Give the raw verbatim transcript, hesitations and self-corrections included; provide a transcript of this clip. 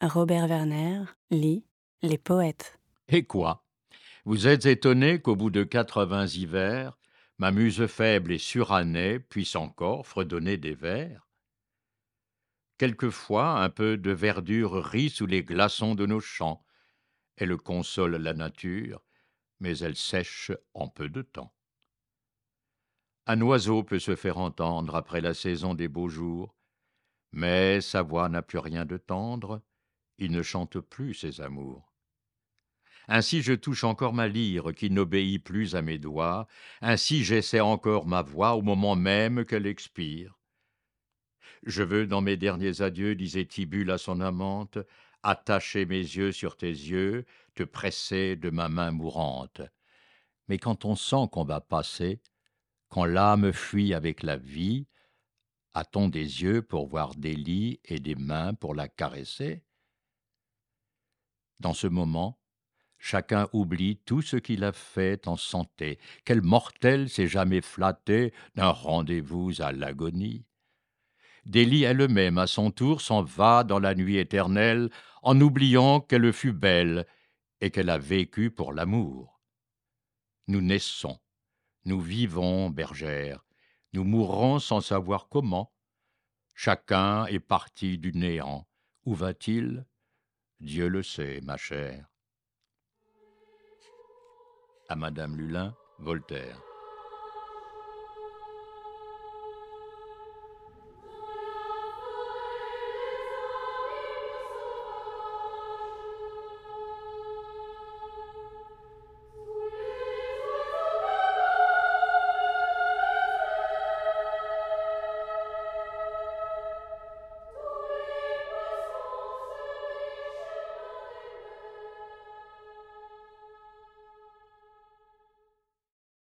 Robert Werner lit Les Poètes. Et quoi? Vous êtes étonné qu'au bout de quatre-vingts hivers, ma muse faible et surannée puisse encore fredonner des vers? Quelquefois, un peu de verdure rit sous les glaçons de nos champs. Elle console la nature, mais elle sèche en peu de temps. Un oiseau peut se faire entendre après la saison des beaux jours, mais sa voix n'a plus rien de tendre, il ne chante plus ses amours. Ainsi je touche encore ma lyre qui n'obéit plus à mes doigts, ainsi j'essaie encore ma voix au moment même qu'elle expire. Je veux dans mes derniers adieux, disait Tibulle à son amante, attacher mes yeux sur tes yeux, te presser de ma main mourante. Mais quand on sent qu'on va passer, quand l'âme fuit avec la vie, a-t-on des yeux pour voir des lits et des mains pour la caresser? Dans ce moment, chacun oublie tout ce qu'il a fait en santé. Quel mortel s'est jamais flatté d'un rendez-vous à l'agonie? Délie elle-même, à son tour, s'en va dans la nuit éternelle, en oubliant qu'elle fut belle et qu'elle a vécu pour l'amour. Nous naissons, nous vivons, bergère, nous mourrons sans savoir comment. Chacun est parti du néant. Où va-t-il? Dieu le sait, ma chère. À Madame Lulin, Voltaire.